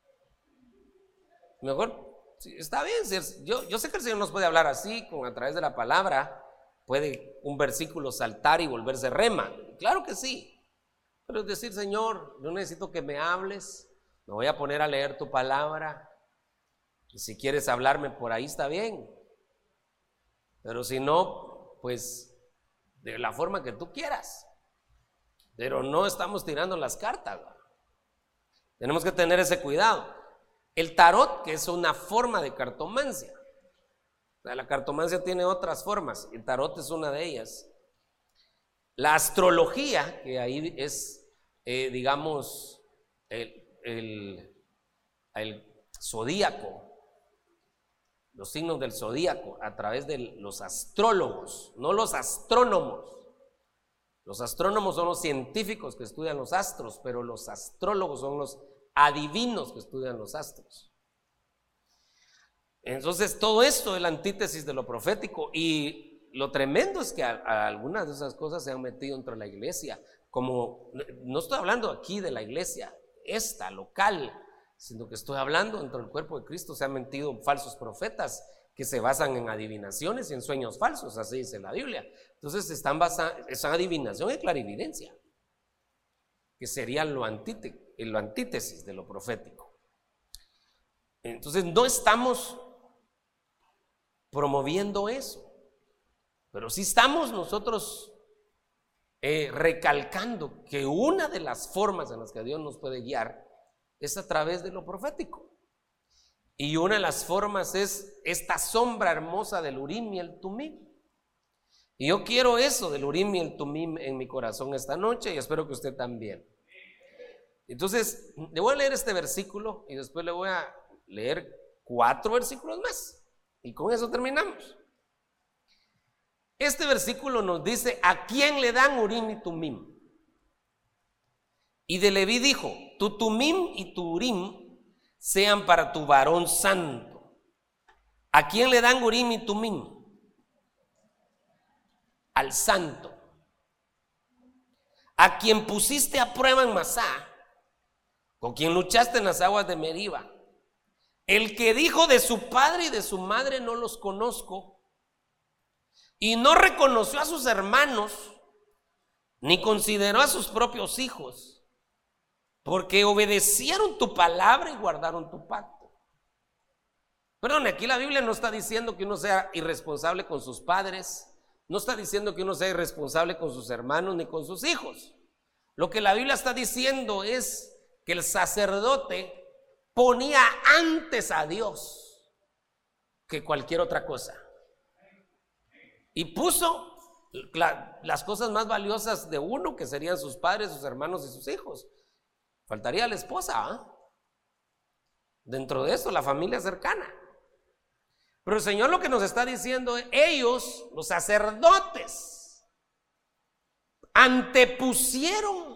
Mejor, sí, está bien, yo sé que el Señor nos puede hablar así, a través de la palabra, puede un versículo saltar y volverse rema, claro que sí, pero es decir, Señor, yo necesito que me hables, me voy a poner a leer tu palabra, y si quieres hablarme por ahí está bien, pero si no, pues de la forma que tú quieras, pero no estamos tirando las cartas, ¿no? Tenemos que tener ese cuidado. El tarot, que es una forma de cartomancia. La cartomancia tiene otras formas, el tarot es una de ellas. La astrología, que ahí es, digamos, el zodíaco, los signos del zodíaco, a través de los astrólogos, no los astrónomos. Los astrónomos son los científicos que estudian los astros, pero los astrólogos son los adivinos que estudian los astros. Entonces todo esto es la antítesis de lo profético, y lo tremendo es que algunas de esas cosas se han metido entre la iglesia, como no estoy hablando aquí de la iglesia esta local, sino que estoy hablando dentro del cuerpo de Cristo. Se han metido falsos profetas que se basan en adivinaciones y en sueños falsos, así dice la Biblia. Entonces están basadas en adivinación y clarividencia, que sería lo antítesis de lo profético. Entonces no estamos promoviendo eso, pero sí estamos nosotros recalcando que una de las formas en las que Dios nos puede guiar es a través de lo profético, y una de las formas es esta sombra hermosa del Urim y el Tumim. Y yo quiero eso del Urim y el Tumim en mi corazón esta noche, y espero que usted también. Entonces, le voy a leer este versículo y después le voy a leer 4 versículos más. Y con eso terminamos. Este versículo nos dice: ¿a quién le dan Urim y Tumim? Y de Leví dijo: tu Tumim y tu Urim sean para tu varón santo. ¿A quién le dan Urim y Tumim? Al santo. A quien pusiste a prueba en Masá, con quien luchaste en las aguas de Meriba, el que dijo: de su padre y de su madre no los conozco, y no reconoció a sus hermanos, ni consideró a sus propios hijos, porque obedecieron tu palabra y guardaron tu pacto. Perdón, aquí la Biblia no está diciendo que uno sea irresponsable con sus padres, no está diciendo que uno sea irresponsable con sus hermanos ni con sus hijos. Lo que la Biblia está diciendo es que el sacerdote ponía antes a Dios que cualquier otra cosa, y puso las cosas más valiosas de uno, que serían sus padres, sus hermanos y sus hijos. Faltaría la esposa, ¿eh? Dentro de eso, la familia cercana. Pero el Señor lo que nos está diciendo es: ellos, los sacerdotes, antepusieron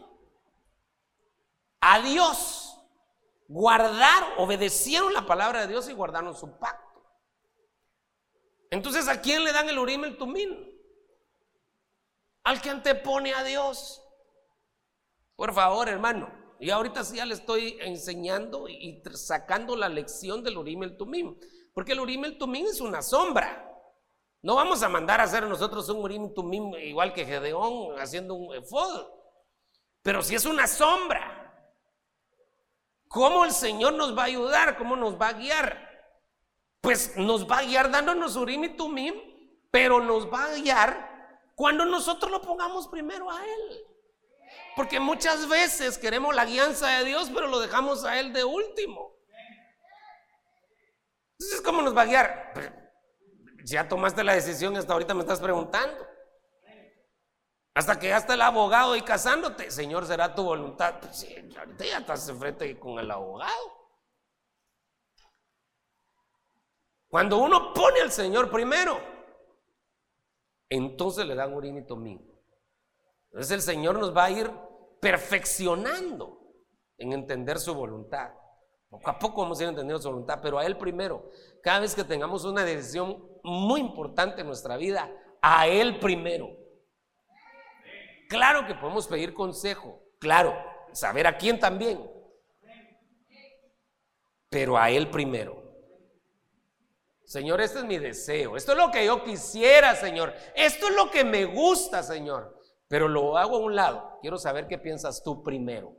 a Dios, obedecieron la palabra de Dios y guardaron su pacto. Entonces, ¿a quién le dan el Urim y el Tumim? Al que antepone a Dios. Por favor, hermano, y ahorita sí ya le estoy enseñando y sacando la lección del Urim y el Tumim, porque el Urim y el Tumim es una sombra. No vamos a mandar a hacer nosotros un Urim y Tumim igual que Gedeón haciendo un efod, pero sí es una sombra. ¿Cómo el Señor nos va a ayudar? ¿Cómo nos va a guiar? Pues nos va a guiar dándonos Urim y Tumim, pero nos va a guiar cuando nosotros lo pongamos primero a Él. Porque muchas veces queremos la guianza de Dios, pero lo dejamos a Él de último. Entonces, ¿cómo nos va a guiar? Ya tomaste la decisión, hasta ahorita me estás preguntando. Hasta que ya está el abogado y casándote: Señor, ¿será tu voluntad? Pues sí, ahorita ya estás enfrente con el abogado. Cuando uno pone al Señor primero, entonces le dan Urim y Tumim. Entonces el Señor nos va a ir perfeccionando en entender su voluntad. Poco a poco vamos a ir entendiendo su voluntad, pero a Él primero. Cada vez que tengamos una decisión muy importante en nuestra vida, a Él primero. Claro que podemos pedir consejo, claro, saber a quién también, pero a Él primero. Señor, este es mi deseo, esto es lo que yo quisiera, Señor, esto es lo que me gusta, Señor, pero lo hago a un lado. Quiero saber qué piensas tú primero.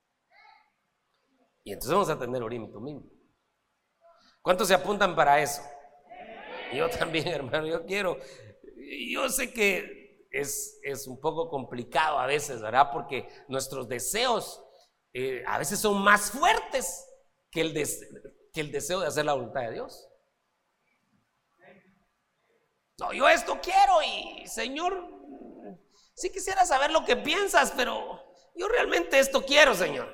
Y entonces vamos a tener Urim y Tumim. ¿Cuántos se apuntan para eso? Yo también, hermano, yo sé que es un poco complicado a veces, ¿verdad? Porque nuestros deseos a veces son más fuertes que el deseo de hacer la voluntad de Dios. No, yo esto quiero y Señor, sí quisiera saber lo que piensas, pero yo realmente esto quiero, Señor.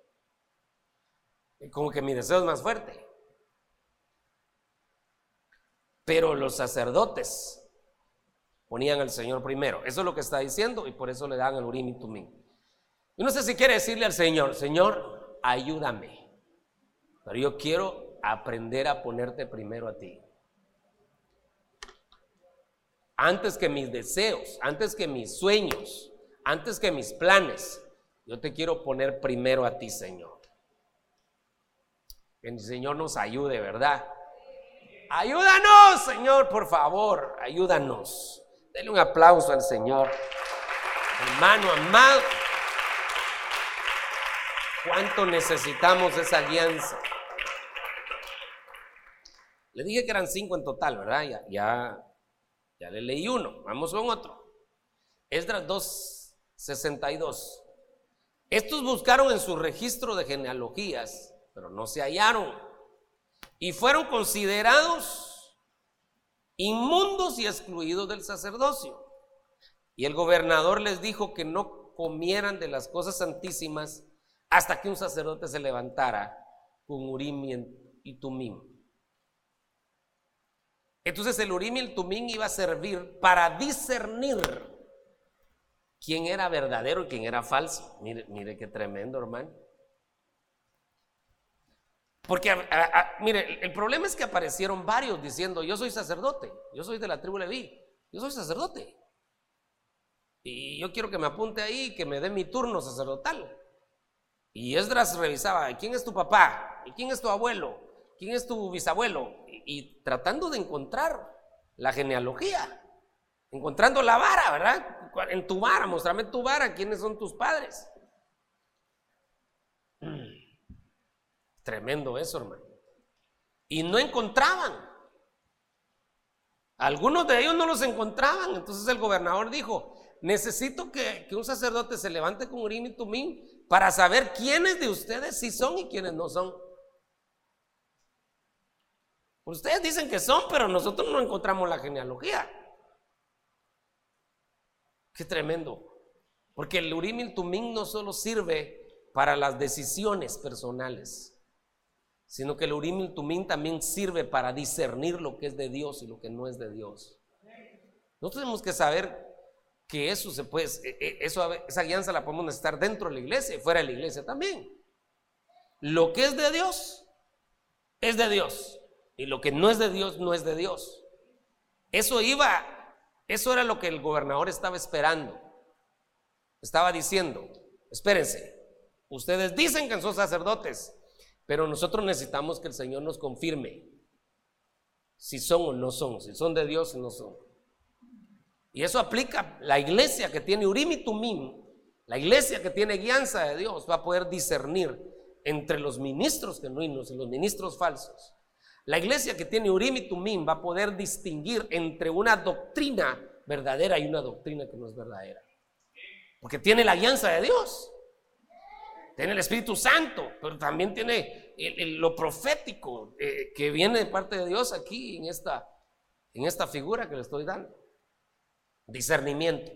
Y como que mi deseo es más fuerte. Pero los sacerdotes ponían al Señor primero. Eso es lo que está diciendo, y por eso le dan el Urim y Tumim. Yo no sé si quiere decirle al Señor: Señor, ayúdame, pero yo quiero aprender a ponerte primero a ti. Antes que mis deseos, antes que mis sueños, antes que mis planes, yo te quiero poner primero a ti, Señor. Que el Señor nos ayude, ¿verdad? Ayúdanos, Señor, por favor, ayúdanos. Denle un aplauso al Señor. Hermano amado, cuánto necesitamos esa alianza. Le dije que eran 5 en total, ¿verdad? Ya le leí uno, vamos con otro. Esdras 2:62. Estos buscaron en su registro de genealogías, pero no se hallaron, y fueron considerados inmundos y excluidos del sacerdocio. Y el gobernador les dijo que no comieran de las cosas santísimas hasta que un sacerdote se levantara con Urim y Tumim. Entonces el Urim y el Tumim iba a servir para discernir quién era verdadero y quién era falso. Mire qué tremendo, hermano. Porque, mire, el problema es que aparecieron varios diciendo: yo soy sacerdote, yo soy de la tribu Leví, yo soy sacerdote. Y yo quiero que me apunte ahí, que me dé mi turno sacerdotal. Y Esdras revisaba: ¿quién es tu papá? ¿Y quién es tu abuelo? ¿Quién es tu bisabuelo? Y tratando de encontrar la genealogía, encontrando la vara, ¿verdad? En tu vara, mostrame tu vara, ¿quiénes son tus padres? Tremendo eso, hermano. Y no encontraban. Algunos de ellos no los encontraban. Entonces el gobernador dijo: necesito que un sacerdote se levante con Urim y Tumim para saber quiénes de ustedes sí son y quiénes no son. Ustedes dicen que son, pero nosotros no encontramos la genealogía. Qué tremendo. Porque el Urim y el Tumim no solo sirve para las decisiones personales, sino que el Urim y el Tumim también sirve para discernir lo que es de Dios y lo que no es de Dios. Nosotros tenemos que saber que eso se puede, esa guianza la podemos necesitar dentro de la iglesia y fuera de la iglesia también. Lo que es de Dios es de Dios, y lo que no es de Dios no es de Dios. Eso era lo que el gobernador estaba esperando. Estaba diciendo: espérense, ustedes dicen que son sacerdotes, pero nosotros necesitamos que el Señor nos confirme si son o no son, si son de Dios o no son. Y eso aplica. La iglesia que tiene Urim y Tumim, la iglesia que tiene guianza de Dios, va a poder discernir entre los ministros genuinos y los ministros falsos. La iglesia que tiene Urim y Tumim va a poder distinguir entre una doctrina verdadera y una doctrina que no es verdadera, porque tiene la guianza de Dios, tiene el Espíritu Santo, pero también tiene lo profético que viene de parte de Dios aquí en esta figura que le estoy dando. Discernimiento.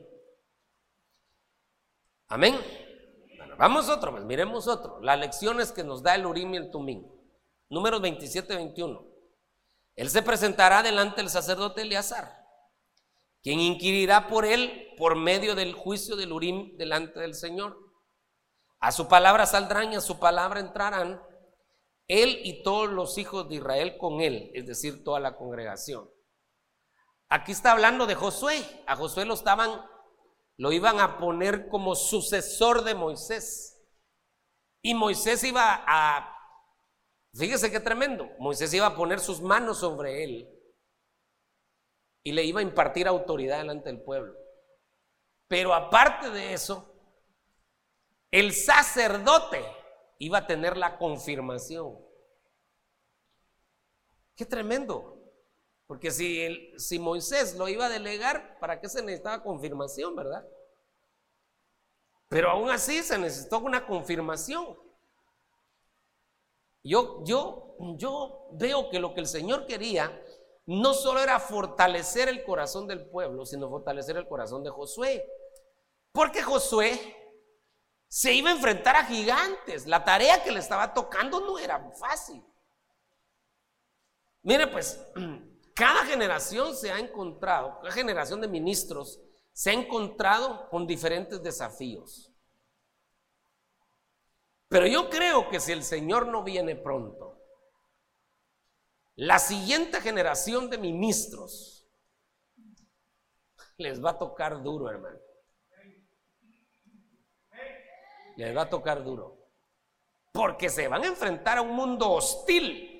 Amén. Bueno, vamos otro, pues miremos otro. Las lecciones que nos da el Urim y el Tumim. Números 27-21. Él se presentará delante del sacerdote Eleazar, quien inquirirá por él por medio del juicio del Urim delante del Señor. A su palabra saldrán y a su palabra entrarán, él y todos los hijos de Israel con él, es decir, toda la congregación. Aquí está hablando de Josué. A Josué lo iban a poner como sucesor de Moisés. Y Moisés fíjese qué tremendo, Moisés iba a poner sus manos sobre él y le iba a impartir autoridad delante del pueblo. Pero aparte de eso, el sacerdote iba a tener la confirmación. Qué tremendo. Porque si Moisés lo iba a delegar, ¿para qué se necesitaba confirmación, verdad? Pero aún así se necesitó una confirmación. Yo veo que lo que el Señor quería no solo era fortalecer el corazón del pueblo, sino fortalecer el corazón de Josué. Porque Josué se iba a enfrentar a gigantes. La tarea que le estaba tocando no era fácil. Mire, pues, cada generación cada generación de ministros se ha encontrado con diferentes desafíos. Pero yo creo que si el Señor no viene pronto, la siguiente generación de ministros les va a tocar duro, hermano. Les va a tocar duro. Porque se van a enfrentar a un mundo hostil.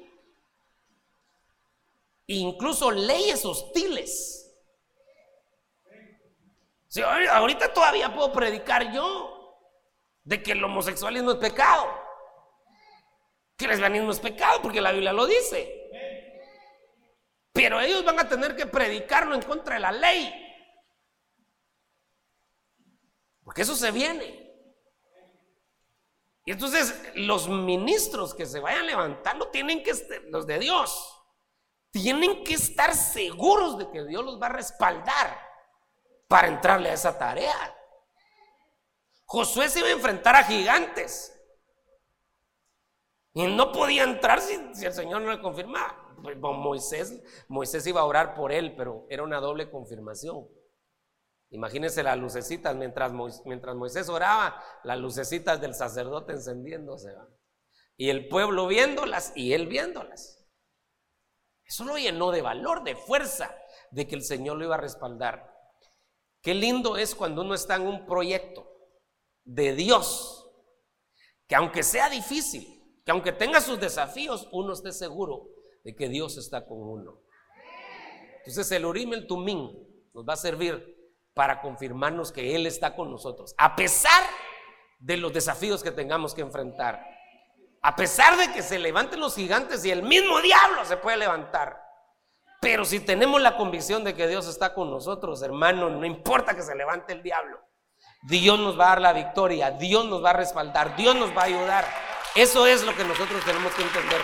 Incluso leyes hostiles. Si ahorita todavía puedo predicar yo de que el homosexualismo es pecado, que el lesbianismo es pecado, porque la Biblia lo dice. Pero ellos van a tener que predicarlo en contra de la ley, porque eso se viene. Y entonces los ministros que se vayan levantando los de Dios, tienen que estar seguros de que Dios los va a respaldar para entrarle a esa tarea. Josué se iba a enfrentar a gigantes, Y no podía entrar si el Señor no le confirmaba. Pues Moisés iba a orar por él, pero era una doble confirmación. Imagínense las lucecitas, mientras Moisés oraba, las lucecitas del sacerdote encendiéndose, ¿va? Y el pueblo viéndolas y él viéndolas. Eso lo llenó de valor, de fuerza, de que el Señor lo iba a respaldar. Qué lindo es cuando uno está en un proyecto de Dios, que aunque sea difícil, que aunque tenga sus desafíos, uno esté seguro de que Dios está con uno. Entonces el Urim y el Tumim nos va a servir para confirmarnos que Él está con nosotros, a pesar de los desafíos que tengamos que enfrentar, a pesar de que se levanten los gigantes y el mismo diablo se puede levantar. Pero si tenemos la convicción de que Dios está con nosotros, hermano, no importa que se levante el diablo, Dios nos va a dar la victoria, Dios nos va a respaldar, Dios nos va a ayudar. Eso es lo que nosotros tenemos que entender.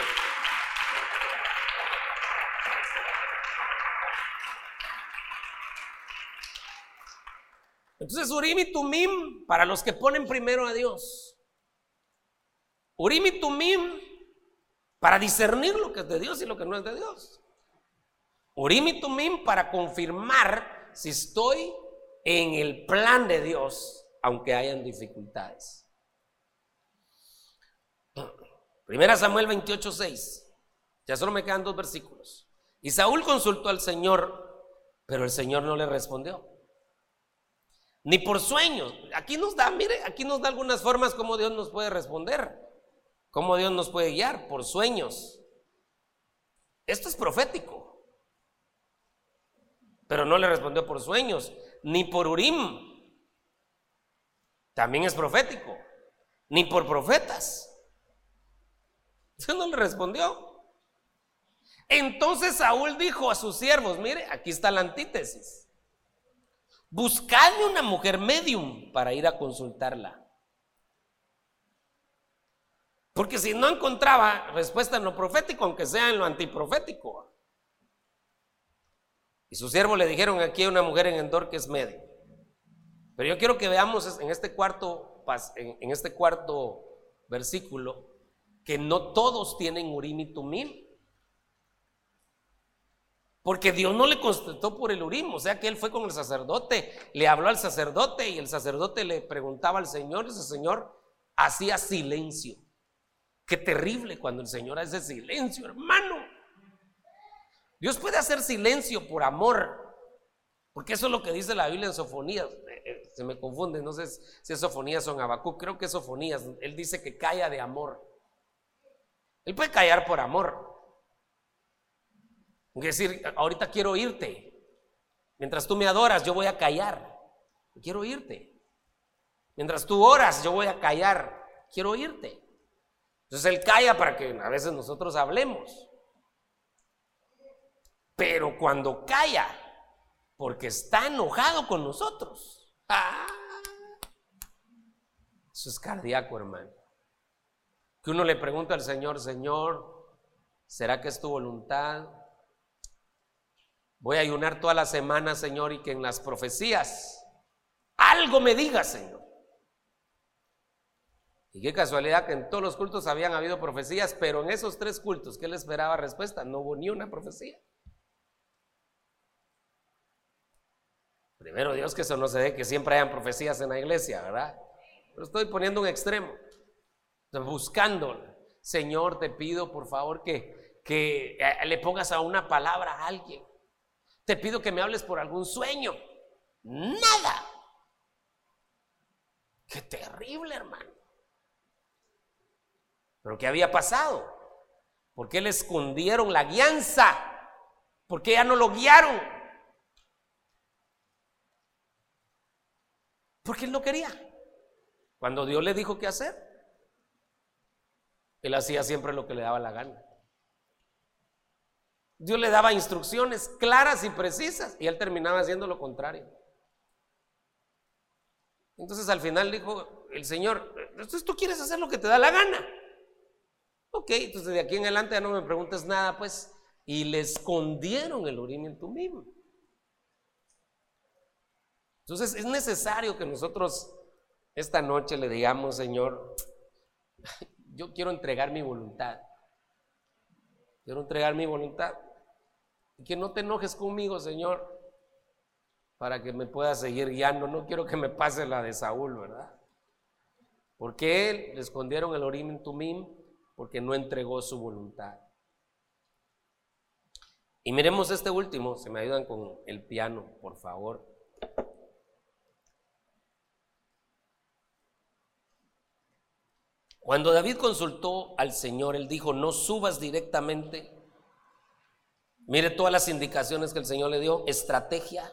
Entonces, Urim y Tumim, para los que ponen primero a Dios. Urim y Tumim, para discernir lo que es de Dios y lo que no es de Dios. Urim y Tumim, para confirmar si estoy en el plan de Dios, aunque hayan dificultades. Primera Samuel 28:6. Ya solo me quedan 2 versículos. Y Saúl consultó al Señor, pero el Señor no le respondió. Ni por sueños. Aquí nos da, mire, aquí nos da algunas formas como Dios nos puede responder, cómo Dios nos puede guiar, por sueños. Esto es profético, pero no le respondió por sueños, ni por Urim. También es profético, ni por profetas. Dios no le respondió. Entonces Saúl dijo a sus siervos, mire, aquí está la antítesis: buscadme una mujer medium para ir a consultarla. Porque si no encontraba respuesta en lo profético, aunque sea en lo antiprofético. Y sus siervos le dijeron, aquí hay una mujer en Endor que es medium. Pero yo quiero que veamos en este cuarto versículo que no todos tienen Urim y Tumim. Porque Dios no le constató por el Urim, o sea que él fue con el sacerdote, le habló al sacerdote y el sacerdote le preguntaba al Señor y ese Señor hacía silencio. Qué terrible cuando el Señor hace silencio, hermano. Dios puede hacer silencio por amor, porque eso es lo que dice la Biblia en Sofonías. Se me confunde, no sé si es Sofonías o en Habacuc, creo que es Sofonías. Él dice que calla de amor. Él puede callar por amor. Es decir, ahorita quiero oírte. Mientras tú me adoras, yo voy a callar. Quiero oírte. Mientras tú oras, yo voy a callar. Quiero oírte. Entonces él calla para que a veces nosotros hablemos. Pero cuando calla, porque está enojado con nosotros, eso es cardíaco, hermano. Que uno le pregunta al Señor, Señor, ¿será que es tu voluntad? Voy a ayunar toda la semana, Señor, y que en las profecías algo me diga, Señor. Y qué casualidad que en todos los cultos habían habido profecías, pero en esos 3 cultos que él esperaba respuesta, no hubo ni una profecía. Primero Dios, que eso no se dé, que siempre hayan profecías en la iglesia, ¿verdad? Pero estoy poniendo un extremo, buscando. Señor, te pido por favor que le pongas a una palabra a alguien. Te pido que me hables por algún sueño. Nada. Qué terrible, hermano. Pero ¿qué había pasado? ¿Por qué le escondieron la guianza? ¿Por qué ya no lo guiaron? Porque él no quería. Cuando Dios le dijo qué hacer, él hacía siempre lo que le daba la gana. Dios le daba instrucciones claras y precisas y él terminaba haciendo lo contrario. Entonces al final dijo el Señor, entonces tú quieres hacer lo que te da la gana. Ok, entonces de aquí en adelante ya no me preguntes nada, pues. Y le escondieron el Urim y el Tumim. Entonces es necesario que nosotros esta noche le digamos, Señor, yo quiero entregar mi voluntad. Quiero entregar mi voluntad. Y que no te enojes conmigo, Señor, para que me pueda seguir guiando. No quiero que me pase la de Saúl, ¿verdad? Porque él le escondieron el Urim y Tumim porque no entregó su voluntad. Y miremos este último, si me ayudan con el piano, por favor. Cuando David consultó al Señor, él dijo, no subas directamente. Mire todas las indicaciones que el Señor le dio, estrategia.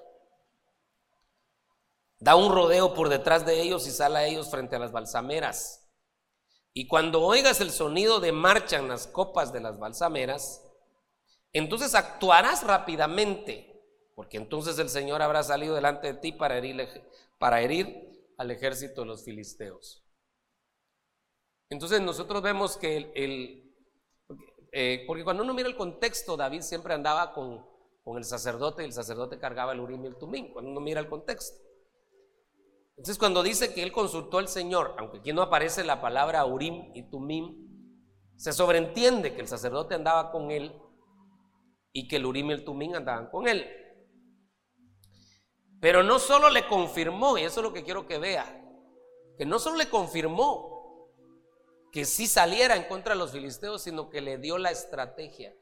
Da un rodeo por detrás de ellos y sale a ellos frente a las balsameras. Y cuando oigas el sonido de marcha en las copas de las balsameras, entonces actuarás rápidamente, porque entonces el Señor habrá salido delante de ti para herir al ejército de los filisteos. Entonces nosotros vemos que porque cuando uno mira el contexto, David siempre andaba con el sacerdote y el sacerdote cargaba el Urim y el Tumim, cuando uno mira el contexto. Entonces cuando dice que él consultó al Señor, aunque aquí no aparece la palabra Urim y Tumim, se sobreentiende que el sacerdote andaba con él y que el Urim y el Tumim andaban con él. Pero no solo le confirmó, y eso es lo que quiero que vea, que no solo le confirmó que sí saliera en contra de los filisteos, sino que le dio la estrategia.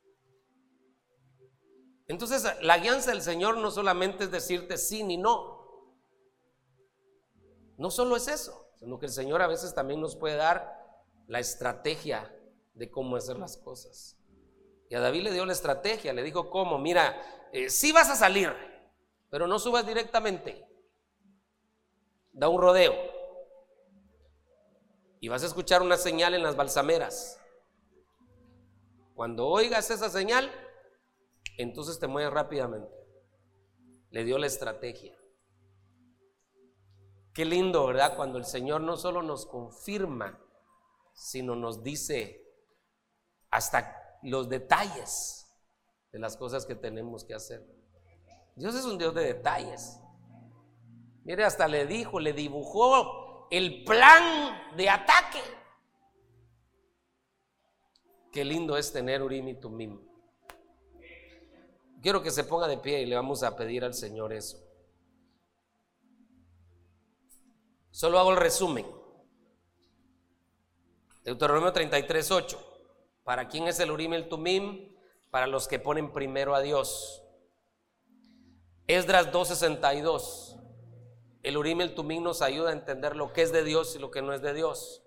Entonces la guianza del Señor no solamente es decirte sí ni no. No solo es eso, sino que el Señor a veces también nos puede dar la estrategia de cómo hacer las cosas. Y a David le dio la estrategia, le dijo cómo, mira, sí vas a salir, pero no subas directamente. Da un rodeo. Y vas a escuchar una señal en las balsameras. Cuando oigas esa señal, entonces te mueves rápidamente. Le dio la estrategia. Qué lindo, ¿verdad? Cuando el Señor no solo nos confirma, sino nos dice hasta los detalles de las cosas que tenemos que hacer. Dios es un Dios de detalles. Mire, hasta le dibujó el plan de ataque. Qué lindo es tener Urim y Tumim. Quiero que se ponga de pie y le vamos a pedir al Señor eso. Solo hago el resumen. Deuteronomio 33:8. ¿Para quién es el Urim y el Tumim? Para los que ponen primero a Dios. Esdras 2:62. El Urim y el Tumim nos ayuda a entender lo que es de Dios y lo que no es de Dios.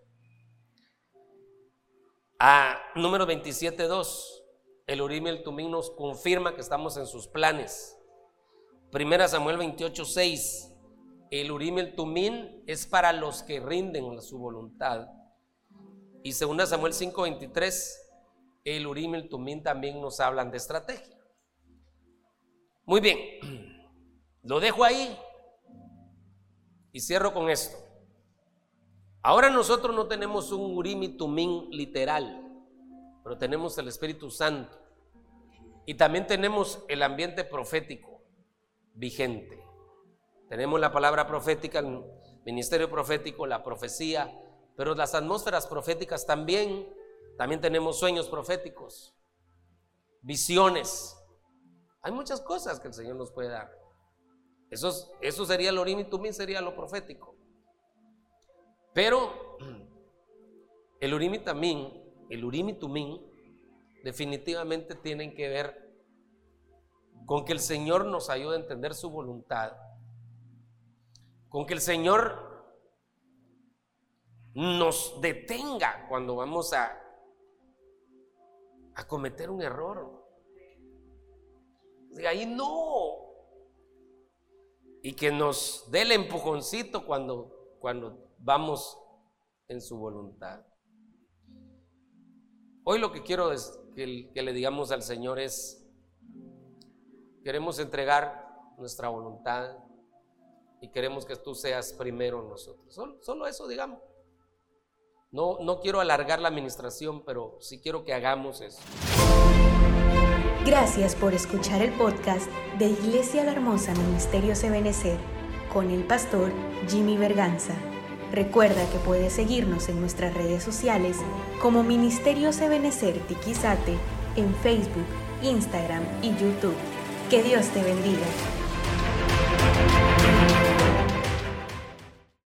Número 27:2. El Urim y el Tumim nos confirma que estamos en sus planes. 1 Samuel 28:6. El Urim y el Tumim es para los que rinden su voluntad. Y 2 Samuel 5:23. El Urim y el Tumim también nos hablan de estrategia. Muy bien, lo dejo ahí y cierro con esto. Ahora nosotros no tenemos un Urim y Tumim literal, pero tenemos el Espíritu Santo y también tenemos el ambiente profético vigente. Tenemos la palabra profética, el ministerio profético, la profecía, pero las atmósferas proféticas también tenemos sueños proféticos, visiones. Hay muchas cosas que el Señor nos puede dar. Eso sería el Urim y Tumim, sería lo profético. Pero el Urim y Tumim definitivamente tienen que ver con que el Señor nos ayude a entender su voluntad, con que el Señor nos detenga cuando vamos a cometer un error. De ahí no. Y que nos dé el empujoncito cuando vamos en su voluntad. Hoy lo que quiero es que le digamos al Señor es: queremos entregar nuestra voluntad y queremos que tú seas primero en nosotros. Solo eso digamos. No quiero alargar la administración, pero sí quiero que hagamos eso. Gracias por escuchar el podcast de Iglesia La Hermosa Ministerios Ebenecer con el pastor Jimmy Berganza. Recuerda que puedes seguirnos en nuestras redes sociales como Ministerio Ebenezer Tiquizate en Facebook, Instagram y YouTube. Que Dios te bendiga.